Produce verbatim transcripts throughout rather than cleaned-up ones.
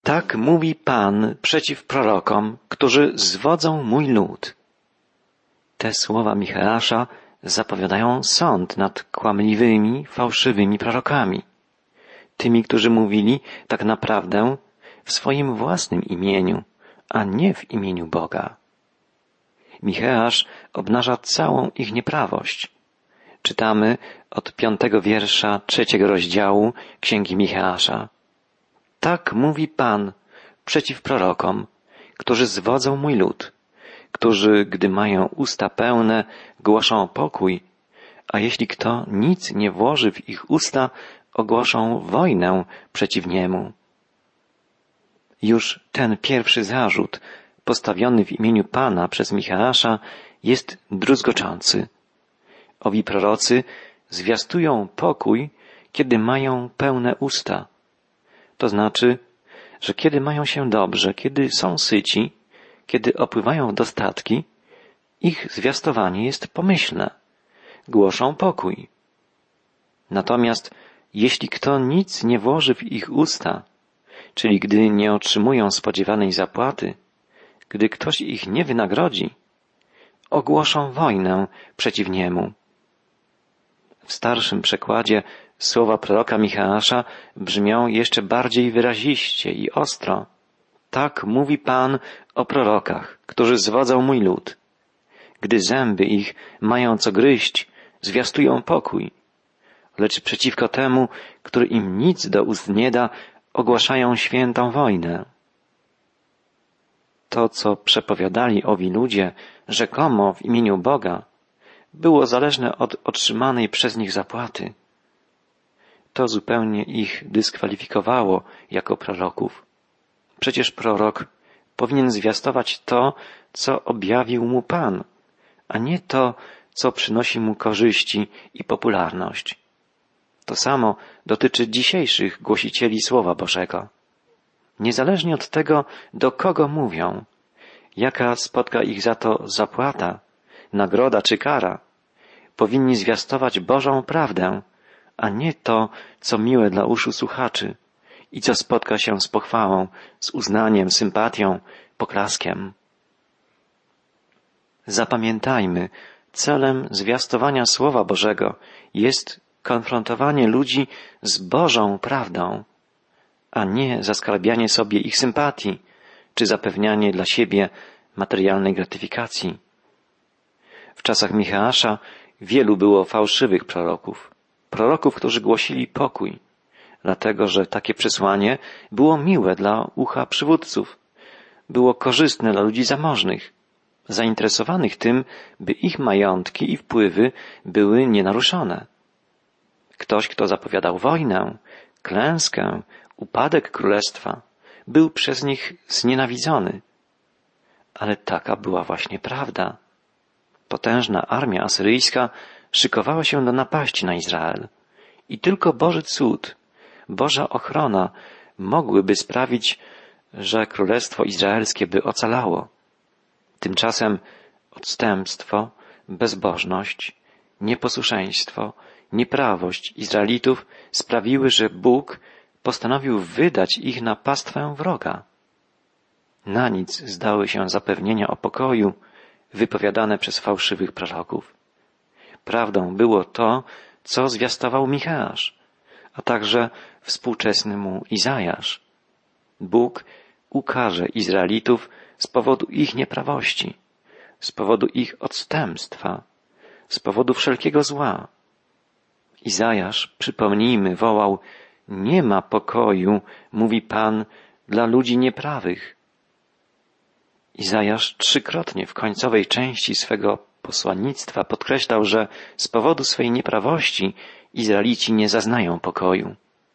Tak mówi Pan przeciw prorokom, którzy zwodzą mój lud. Te słowa Micheasza zapowiadają sąd nad kłamliwymi, fałszywymi prorokami. Tymi, którzy mówili tak naprawdę w swoim własnym imieniu, a nie w imieniu Boga. Micheasz obnaża całą ich nieprawość. Czytamy od piątego wiersza trzeciego rozdziału Księgi Micheasza. Tak mówi Pan przeciw prorokom, którzy zwodzą mój lud, którzy, gdy mają usta pełne, głoszą pokój, a jeśli kto nic nie włoży w ich usta, ogłoszą wojnę przeciw niemu. Już ten pierwszy zarzut, postawiony w imieniu Pana przez Micheasza, jest druzgoczący. Owi prorocy zwiastują pokój, kiedy mają pełne usta. To znaczy, że kiedy mają się dobrze, kiedy są syci, kiedy opływają w dostatki, ich zwiastowanie jest pomyślne. Głoszą pokój. Natomiast jeśli kto nic nie włoży w ich usta, czyli gdy nie otrzymują spodziewanej zapłaty, gdy ktoś ich nie wynagrodzi, ogłoszą wojnę przeciw niemu. W starszym przekładzie słowa proroka Micheasza brzmią jeszcze bardziej wyraziście i ostro. Tak mówi Pan o prorokach, którzy zwodzą mój lud. Gdy zęby ich mają co gryźć, zwiastują pokój, lecz przeciwko temu, który im nic do ust nie da, ogłaszają świętą wojnę. To, co przepowiadali owi ludzie, rzekomo w imieniu Boga, było zależne od otrzymanej przez nich zapłaty. To zupełnie ich dyskwalifikowało jako proroków. Przecież prorok powinien zwiastować to, co objawił mu Pan, a nie to, co przynosi mu korzyści i popularność. To samo dotyczy dzisiejszych głosicieli Słowa Bożego. Niezależnie od tego, do kogo mówią, jaka spotka ich za to zapłata, nagroda czy kara, powinni zwiastować Bożą prawdę, a nie to, co miłe dla uszu słuchaczy i co spotka się z pochwałą, z uznaniem, sympatią, poklaskiem. Zapamiętajmy, celem zwiastowania Słowa Bożego jest konfrontowanie ludzi z Bożą prawdą, a nie zaskarbianie sobie ich sympatii, czy zapewnianie dla siebie materialnej gratyfikacji. W czasach Micheasza wielu było fałszywych proroków, proroków, którzy głosili pokój, dlatego że takie przesłanie było miłe dla ucha przywódców, było korzystne dla ludzi zamożnych, zainteresowanych tym, by ich majątki i wpływy były nienaruszone. Ktoś, kto zapowiadał wojnę, klęskę, upadek królestwa, był przez nich znienawidzony. Ale taka była właśnie prawda. Potężna armia asyryjska szykowała się do napaści na Izrael i tylko Boży cud, Boża ochrona mogłyby sprawić, że królestwo izraelskie by ocalało. Tymczasem odstępstwo, bezbożność, nieposłuszeństwo, nieprawość Izraelitów sprawiły, że Bóg postanowił wydać ich na pastwę wroga. Na nic zdały się zapewnienia o pokoju wypowiadane przez fałszywych proroków. Prawdą było to, co zwiastował Micheasz, a także współczesny mu Izajasz. Bóg ukarze Izraelitów z powodu ich nieprawości, z powodu ich odstępstwa, z powodu wszelkiego zła. Izajasz, przypomnijmy, wołał: nie ma pokoju, mówi Pan, dla ludzi nieprawych. Izajasz trzykrotnie w końcowej części swego posłannictwa podkreślał, że z powodu swej nieprawości Izraelici nie zaznają pokoju.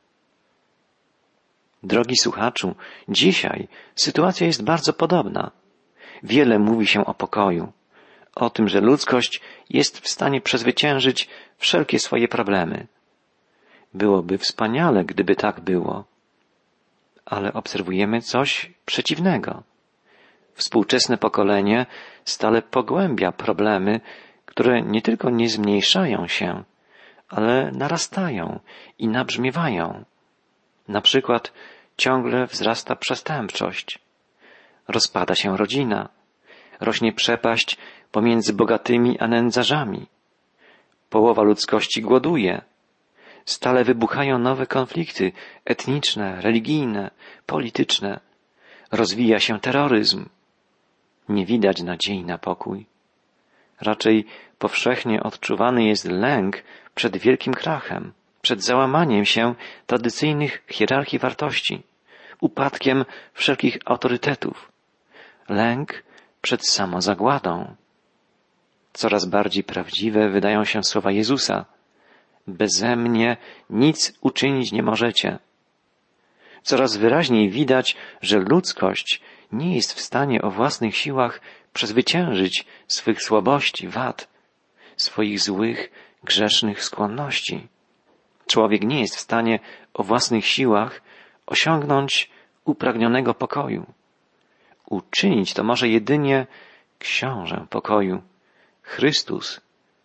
Drogi słuchaczu, dzisiaj sytuacja jest bardzo podobna. Wiele mówi się o pokoju, o tym, że ludzkość jest w stanie przezwyciężyć wszelkie swoje problemy. Byłoby wspaniale, gdyby tak było. Ale obserwujemy coś przeciwnego. Współczesne pokolenie stale pogłębia problemy, które nie tylko nie zmniejszają się, ale narastają i nabrzmiewają. Na przykład ciągle wzrasta przestępczość. Rozpada się rodzina. Rośnie przepaść pomiędzy bogatymi a nędzarzami. Połowa ludzkości głoduje. Stale wybuchają nowe konflikty etniczne, religijne, polityczne. Rozwija się terroryzm. Nie widać nadziei na pokój. Raczej powszechnie odczuwany jest lęk przed wielkim krachem, przed załamaniem się tradycyjnych hierarchii wartości, upadkiem wszelkich autorytetów. Lęk przed samozagładą. Coraz bardziej prawdziwe wydają się słowa Jezusa. Beze mnie nic uczynić nie możecie. Coraz wyraźniej widać, że ludzkość nie jest w stanie o własnych siłach przezwyciężyć swych słabości, wad, swoich złych, grzesznych skłonności. Człowiek nie jest w stanie o własnych siłach osiągnąć upragnionego pokoju. Uczynić to może jedynie Książę pokoju, Chrystus.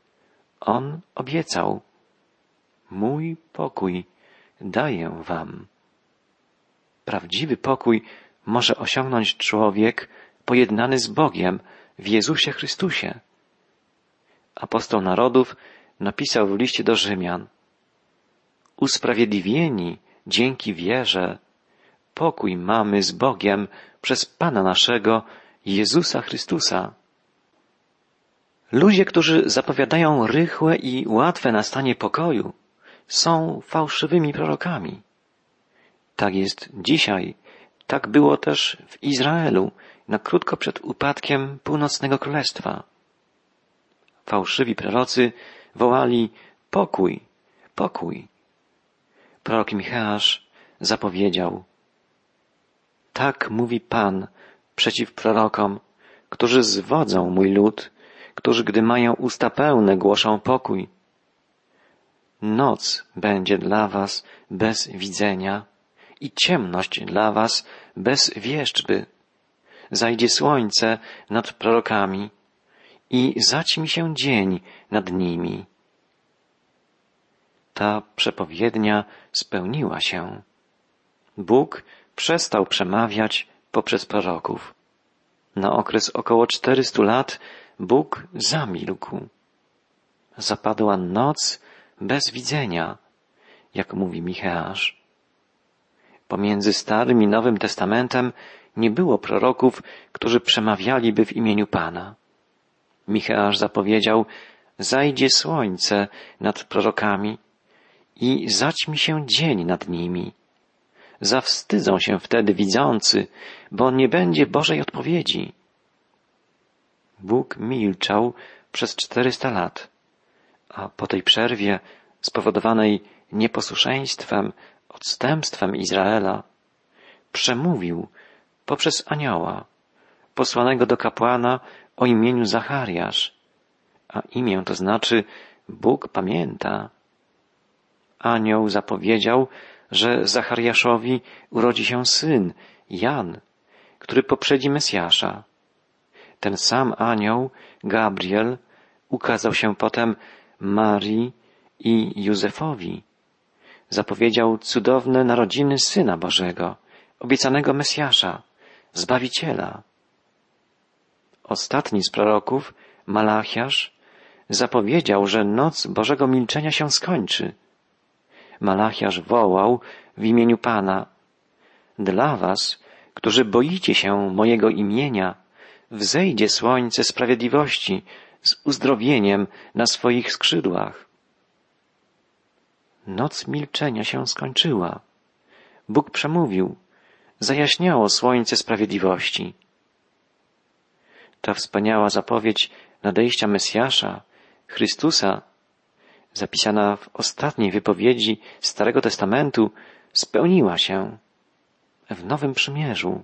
On obiecał: mój pokój daję wam. Prawdziwy pokój może osiągnąć człowiek pojednany z Bogiem w Jezusie Chrystusie. Apostoł narodów napisał w liście do Rzymian: usprawiedliwieni dzięki wierze, pokój mamy z Bogiem przez Pana naszego Jezusa Chrystusa. Ludzie, którzy zapowiadają rychłe i łatwe nastanie pokoju, są fałszywymi prorokami. Tak jest dzisiaj, tak było też w Izraelu na krótko przed upadkiem północnego królestwa. Fałszywi prorocy wołali: pokój, pokój. Prorok Micheasz zapowiedział: tak mówi Pan przeciw prorokom, którzy zwodzą mój lud, którzy gdy mają usta pełne głoszą pokój. Noc będzie dla was bez widzenia i ciemność dla was bez wieszczby. Zajdzie słońce nad prorokami i zaćmi się dzień nad nimi. Ta przepowiednia spełniła się. Bóg przestał przemawiać poprzez proroków. Na okres około czterystu lat Bóg zamilkł. Zapadła noc bez widzenia, jak mówi Micheasz. Pomiędzy Starym i Nowym Testamentem nie było proroków, którzy przemawialiby w imieniu Pana. Micheasz zapowiedział: zajdzie słońce nad prorokami i zaćmi się dzień nad nimi. Zawstydzą się wtedy widzący, bo nie będzie Bożej odpowiedzi. Bóg milczał przez czterysta lat, a po tej przerwie spowodowanej nieposłuszeństwem, odstępstwem Izraela, przemówił poprzez anioła, posłanego do kapłana o imieniu Zachariasz, a imię to znaczy Bóg pamięta. Anioł zapowiedział, że Zachariaszowi urodzi się syn, Jan, który poprzedzi Mesjasza. Ten sam anioł, Gabriel, ukazał się potem Marii i Józefowi. Zapowiedział cudowne narodziny Syna Bożego, obiecanego Mesjasza, Zbawiciela. Ostatni z proroków, Malachiasz, zapowiedział, że noc Bożego milczenia się skończy. Malachiasz wołał w imieniu Pana: dla was, którzy boicie się mojego imienia, wzejdzie słońce sprawiedliwości z uzdrowieniem na swoich skrzydłach. Noc milczenia się skończyła. Bóg przemówił. Zajaśniało słońce sprawiedliwości. Ta wspaniała zapowiedź nadejścia Mesjasza, Chrystusa, zapisana w ostatniej wypowiedzi Starego Testamentu, spełniła się w Nowym Przymierzu.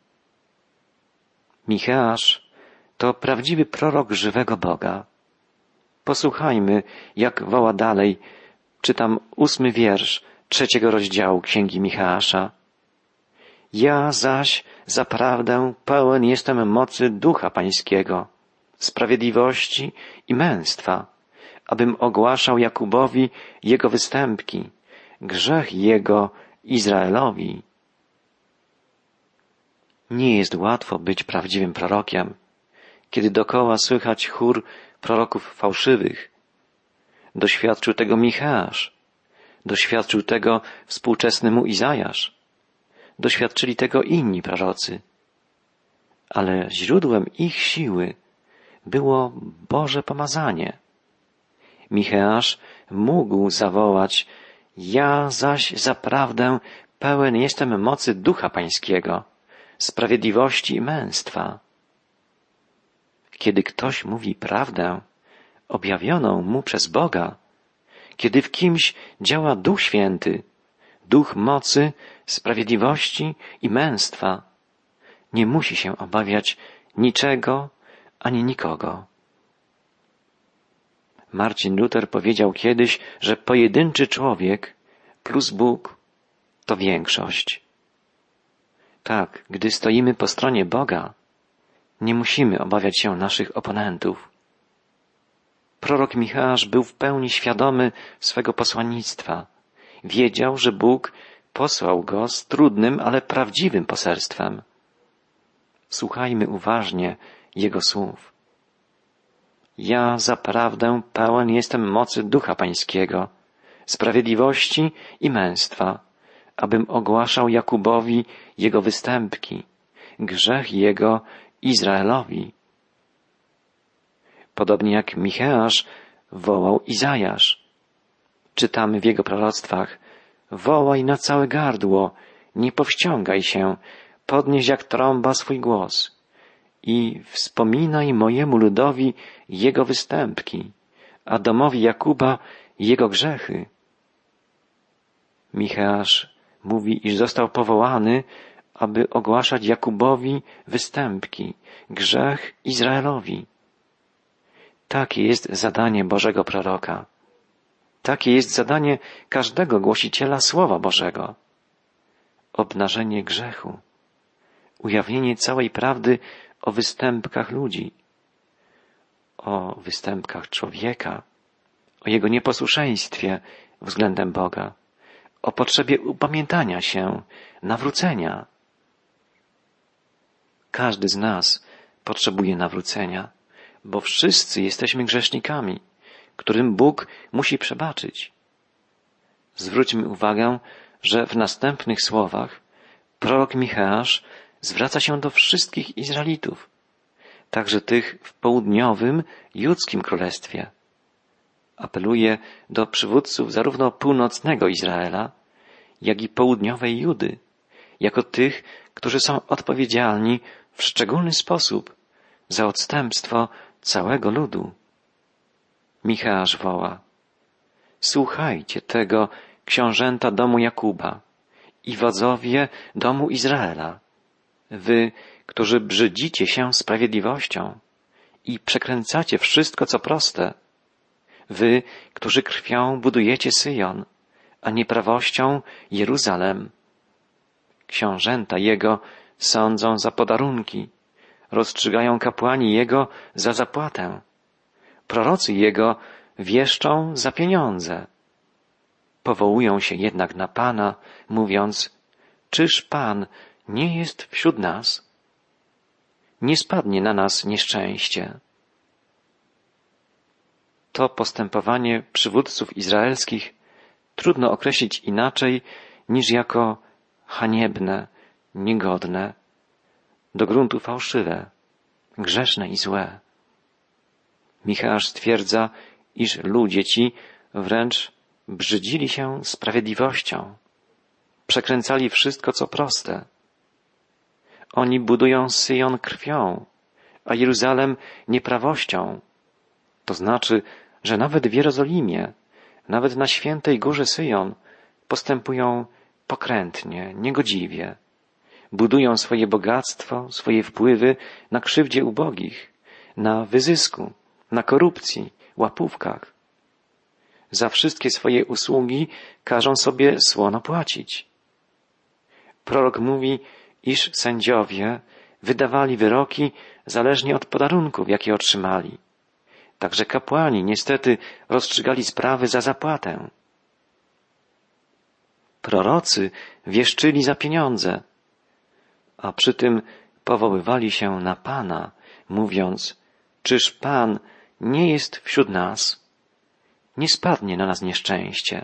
Micheasz to prawdziwy prorok żywego Boga. Posłuchajmy, jak woła dalej. Czytam ósmy wiersz trzeciego rozdziału Księgi Micheasza. Ja zaś zaprawdę pełen jestem mocy Ducha Pańskiego, sprawiedliwości i męstwa, abym ogłaszał Jakubowi jego występki, grzech jego Izraelowi. Nie jest łatwo być prawdziwym prorokiem, kiedy dokoła słychać chór proroków fałszywych. Doświadczył tego Micheasz, doświadczył tego współczesny mu Izajasz, doświadczyli tego inni prorocy. Ale źródłem ich siły było Boże pomazanie. Micheasz mógł zawołać: ja zaś zaprawdę pełen jestem mocy Ducha Pańskiego, sprawiedliwości i męstwa. Kiedy ktoś mówi prawdę, objawioną mu przez Boga, kiedy w kimś działa Duch Święty, Duch mocy, sprawiedliwości i męstwa, nie musi się obawiać niczego ani nikogo. Marcin Luther powiedział kiedyś, że pojedynczy człowiek plus Bóg to większość. Tak, gdy stoimy po stronie Boga, nie musimy obawiać się naszych oponentów. Prorok Micheasz był w pełni świadomy swego posłannictwa. Wiedział, że Bóg posłał go z trudnym, ale prawdziwym poselstwem. Słuchajmy uważnie jego słów. Ja zaprawdę pełen jestem mocy Ducha Pańskiego, sprawiedliwości i męstwa, abym ogłaszał Jakubowi jego występki, grzech jego Izraelowi. Podobnie jak Micheasz wołał Izajasz. Czytamy w jego proroctwach: wołaj na całe gardło, nie powściągaj się, podnieś jak trąba swój głos i wspominaj mojemu ludowi jego występki, a domowi Jakuba jego grzechy. Micheasz mówi, iż został powołany, aby ogłaszać Jakubowi występki, grzech Izraelowi. Takie jest zadanie Bożego proroka. Takie jest zadanie każdego głosiciela Słowa Bożego. Obnażenie grzechu, ujawnienie całej prawdy o występkach ludzi, o występkach człowieka, o jego nieposłuszeństwie względem Boga, o potrzebie upamiętania się, nawrócenia. Każdy z nas potrzebuje nawrócenia, bo wszyscy jesteśmy grzesznikami, którym Bóg musi przebaczyć. Zwróćmy uwagę, że w następnych słowach prorok Micheasz zwraca się do wszystkich Izraelitów, także tych w południowym, judzkim królestwie. Apeluje do przywódców zarówno północnego Izraela, jak i południowej Judy, jako tych, którzy są odpowiedzialni w szczególny sposób za odstępstwo całego ludu. Micheasz woła: słuchajcie tego, książęta domu Jakuba i wodzowie domu Izraela, wy, którzy brzydzicie się sprawiedliwością i przekręcacie wszystko, co proste, wy, którzy krwią budujecie Syjon, a nieprawością Jeruzalem. Książęta Jego sądzą za podarunki, rozstrzygają kapłani Jego za zapłatę. Prorocy Jego wieszczą za pieniądze. Powołują się jednak na Pana, mówiąc: czyż Pan nie jest wśród nas? Nie spadnie na nas nieszczęście. To postępowanie przywódców izraelskich trudno określić inaczej niż jako haniebne, niegodne, do gruntu fałszywe, grzeszne i złe. Micheasz stwierdza, iż ludzie ci wręcz brzydzili się sprawiedliwością, przekręcali wszystko, co proste. Oni budują Syjon krwią, a Jeruzalem nieprawością. To znaczy, że nawet w Jerozolimie, nawet na świętej górze Syjon postępują pokrętnie, niegodziwie. Budują swoje bogactwo, swoje wpływy na krzywdzie ubogich, na wyzysku, na korupcji, łapówkach. Za wszystkie swoje usługi każą sobie słono płacić. Prorok mówi, iż sędziowie wydawali wyroki zależnie od podarunków, jakie otrzymali. Także kapłani niestety rozstrzygali sprawy za zapłatę. Prorocy wieszczyli za pieniądze. a przy tym powoływali się na Pana, mówiąc: czyż Pan nie jest wśród nas? Nie spadnie na nas nieszczęście.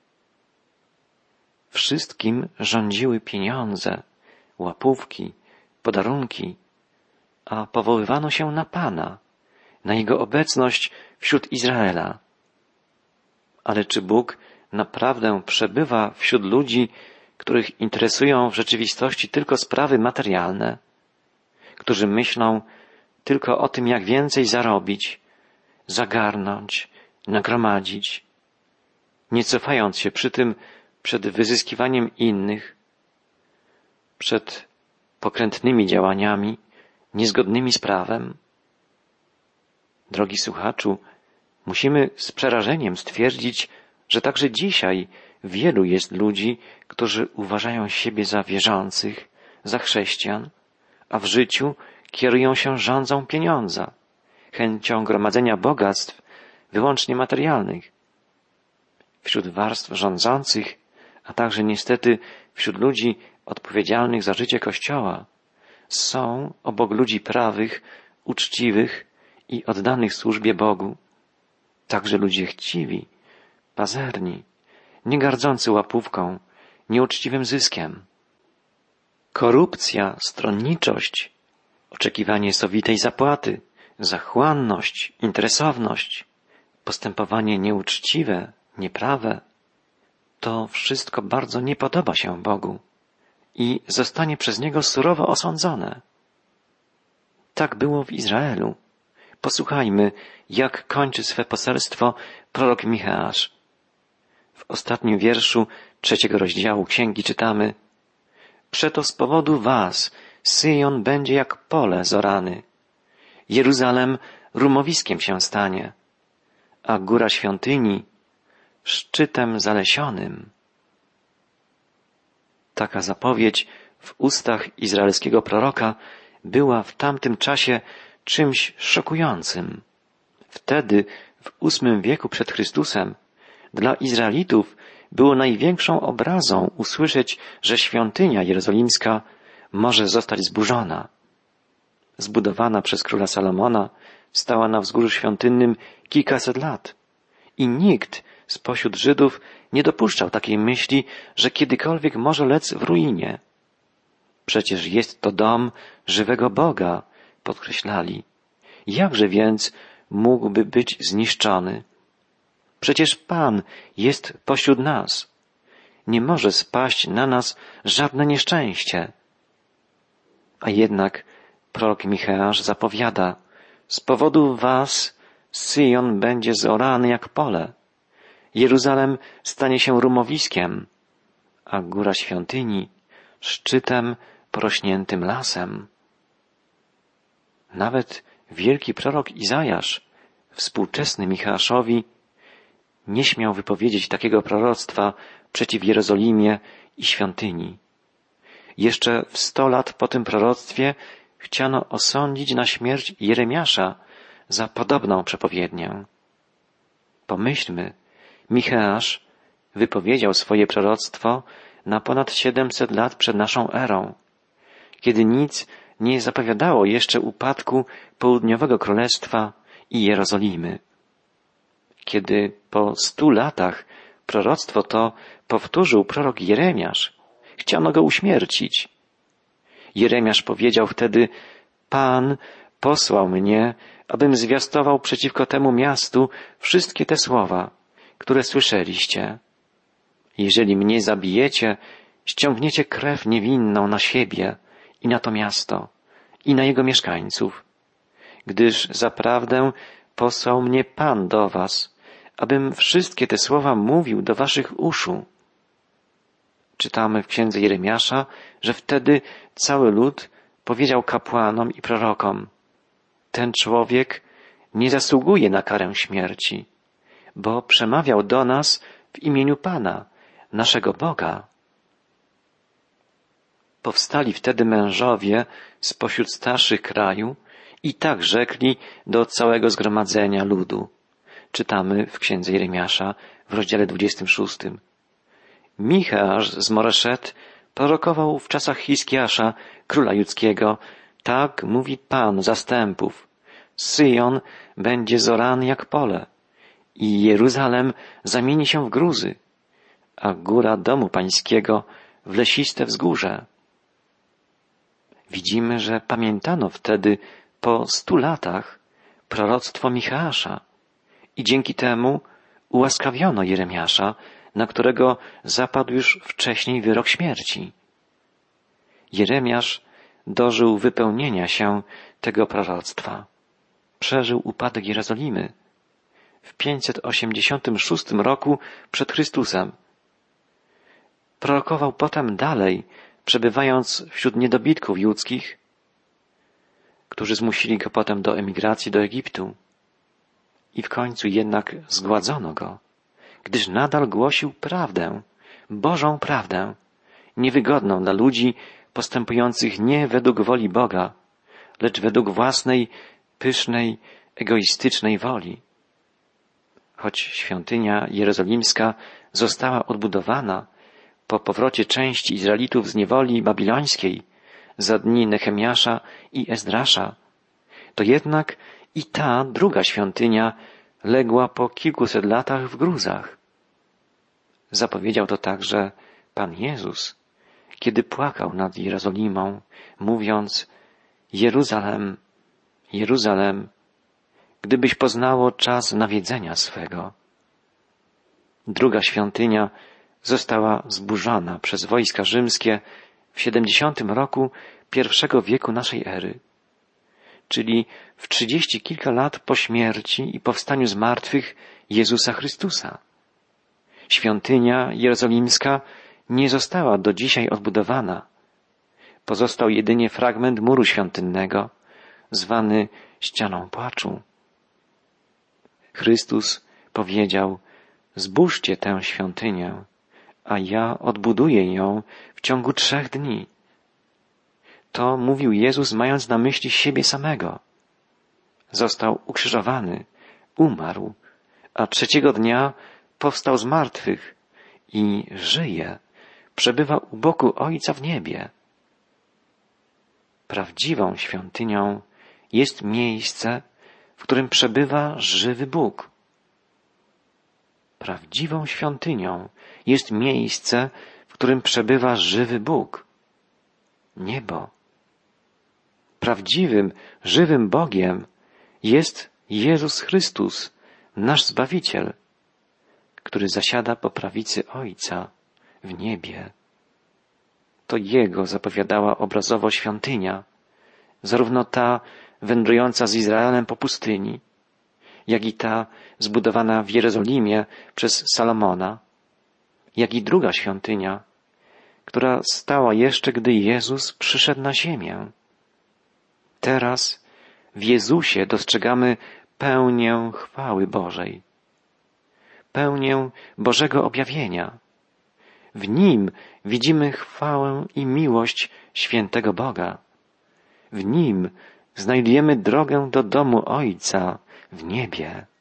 Wszystkim rządziły pieniądze, łapówki, podarunki, a powoływano się na Pana, na Jego obecność wśród Izraela. Ale czy Bóg naprawdę przebywa wśród ludzi, których interesują w rzeczywistości tylko sprawy materialne, którzy myślą tylko o tym, jak więcej zarobić, zagarnąć, nagromadzić, nie cofając się przy tym przed wyzyskiwaniem innych, przed pokrętnymi działaniami, niezgodnymi z prawem? Drogi słuchaczu, musimy z przerażeniem stwierdzić, że także dzisiaj wielu jest ludzi, którzy uważają siebie za wierzących, za chrześcijan, a w życiu kierują się żądzą pieniądza, chęcią gromadzenia bogactw wyłącznie materialnych. Wśród warstw rządzących, a także niestety wśród ludzi odpowiedzialnych za życie Kościoła, są obok ludzi prawych, uczciwych i oddanych służbie Bogu także ludzie chciwi, pazerni, nie gardzący łapówką, nieuczciwym zyskiem. Korupcja, stronniczość, oczekiwanie sowitej zapłaty, zachłanność, interesowność, postępowanie nieuczciwe, nieprawe, to wszystko bardzo nie podoba się Bogu i zostanie przez Niego surowo osądzone. Tak było w Izraelu. Posłuchajmy, jak kończy swe poselstwo prorok Micheasz. W ostatnim wierszu trzeciego rozdziału księgi czytamy: przeto z powodu was Syjon będzie jak pole zorany, Jeruzalem rumowiskiem się stanie, a góra świątyni szczytem zalesionym. Taka zapowiedź w ustach izraelskiego proroka była w tamtym czasie czymś szokującym. Wtedy, w ósmym wieku przed Chrystusem, dla Izraelitów było największą obrazą usłyszeć, że świątynia jerozolimska może zostać zburzona. Zbudowana przez króla Salomona, stała na wzgórzu świątynnym kilkaset lat i nikt spośród Żydów nie dopuszczał takiej myśli, że kiedykolwiek może lec w ruinie. Przecież jest to dom żywego Boga, podkreślali. Jakże więc mógłby być zniszczony? Przecież Pan jest pośród nas. Nie może spaść na nas żadne nieszczęście. A jednak prorok Micheasz zapowiada: z powodu was Syjon będzie zorany jak pole, Jeruzalem stanie się rumowiskiem, a góra świątyni szczytem porośniętym lasem. Nawet wielki prorok Izajasz, współczesny Micheaszowi, nie śmiał wypowiedzieć takiego proroctwa przeciw Jerozolimie i świątyni. Jeszcze w sto lat po tym proroctwie chciano osądzić na śmierć Jeremiasza za podobną przepowiednię. Pomyślmy, Micheasz wypowiedział swoje proroctwo na ponad siedemset lat przed naszą erą, kiedy nic nie zapowiadało jeszcze upadku południowego królestwa i Jerozolimy. Kiedy po stu latach proroctwo to powtórzył prorok Jeremiasz, chciano go uśmiercić. Jeremiasz powiedział wtedy: Pan posłał mnie, abym zwiastował przeciwko temu miastu wszystkie te słowa, które słyszeliście. Jeżeli mnie zabijecie, ściągniecie krew niewinną na siebie i na to miasto, i na jego mieszkańców, gdyż zaprawdę posłał mnie Pan do was, abym wszystkie te słowa mówił do waszych uszu. Czytamy w księdze Jeremiasza, że wtedy cały lud powiedział kapłanom i prorokom: ten człowiek nie zasługuje na karę śmierci, bo przemawiał do nas w imieniu Pana, naszego Boga. Powstali wtedy mężowie spośród starszych kraju i tak rzekli do całego zgromadzenia ludu. Czytamy w księdze Jeremiasza w rozdziale dwudziestym szóstym. Micheasz z Moreszet Prorokował w czasach Hiskiasza, króla judzkiego: tak mówi Pan zastępów. Syjon będzie zorany jak pole i Jeruzalem zamieni się w gruzy, a góra domu pańskiego w lesiste wzgórze. Widzimy, że pamiętano wtedy po stu latach proroctwo Micheasza i dzięki temu ułaskawiono Jeremiasza, na którego zapadł już wcześniej wyrok śmierci. Jeremiasz dożył wypełnienia się tego proroctwa. Przeżył upadek Jerozolimy w pięćset osiemdziesiątym szóstym roku przed Chrystusem. Prorokował potem dalej, przebywając wśród niedobitków judzkich, którzy zmusili go potem do emigracji do Egiptu. I w końcu jednak zgładzono go, gdyż nadal głosił prawdę, Bożą prawdę, niewygodną dla ludzi postępujących nie według woli Boga, lecz według własnej, pysznej, egoistycznej woli. Choć świątynia jerozolimska została odbudowana po powrocie części Izraelitów z niewoli babilońskiej za dni Nehemiasza i Ezdrasza, to jednak i ta druga świątynia legła po kilkuset latach w gruzach. Zapowiedział to także Pan Jezus, kiedy płakał nad Jerozolimą, mówiąc: Jeruzalem, Jeruzalem, gdybyś poznało czas nawiedzenia swego. Druga świątynia została zburzona przez wojska rzymskie w siedemdziesiątym roku pierwszego wieku naszej ery, czyli w trzydzieści kilka lat po śmierci i powstaniu z martwych Jezusa Chrystusa. Świątynia jerozolimska nie została do dzisiaj odbudowana. Pozostał jedynie fragment muru świątynnego, zwany ścianą płaczu. Chrystus powiedział: zburzcie tę świątynię, a ja odbuduję ją w ciągu trzech dni. To mówił Jezus, mając na myśli siebie samego. Został ukrzyżowany, umarł, a trzeciego dnia powstał z martwych i żyje, przebywa u boku Ojca w niebie. Prawdziwą świątynią jest miejsce, w którym przebywa żywy Bóg. Prawdziwą świątynią jest miejsce, w którym przebywa żywy Bóg. Niebo. Prawdziwym, żywym Bogiem jest Jezus Chrystus, nasz Zbawiciel, który zasiada po prawicy Ojca w niebie. To Jego zapowiadała obrazowo świątynia, zarówno ta wędrująca z Izraelem po pustyni, jak i ta zbudowana w Jerozolimie przez Salomona, jak i druga świątynia, która stała jeszcze, gdy Jezus przyszedł na ziemię. Teraz w Jezusie dostrzegamy pełnię chwały Bożej, pełnię Bożego objawienia. W Nim widzimy chwałę i miłość świętego Boga. W Nim znajdujemy drogę do domu Ojca w niebie.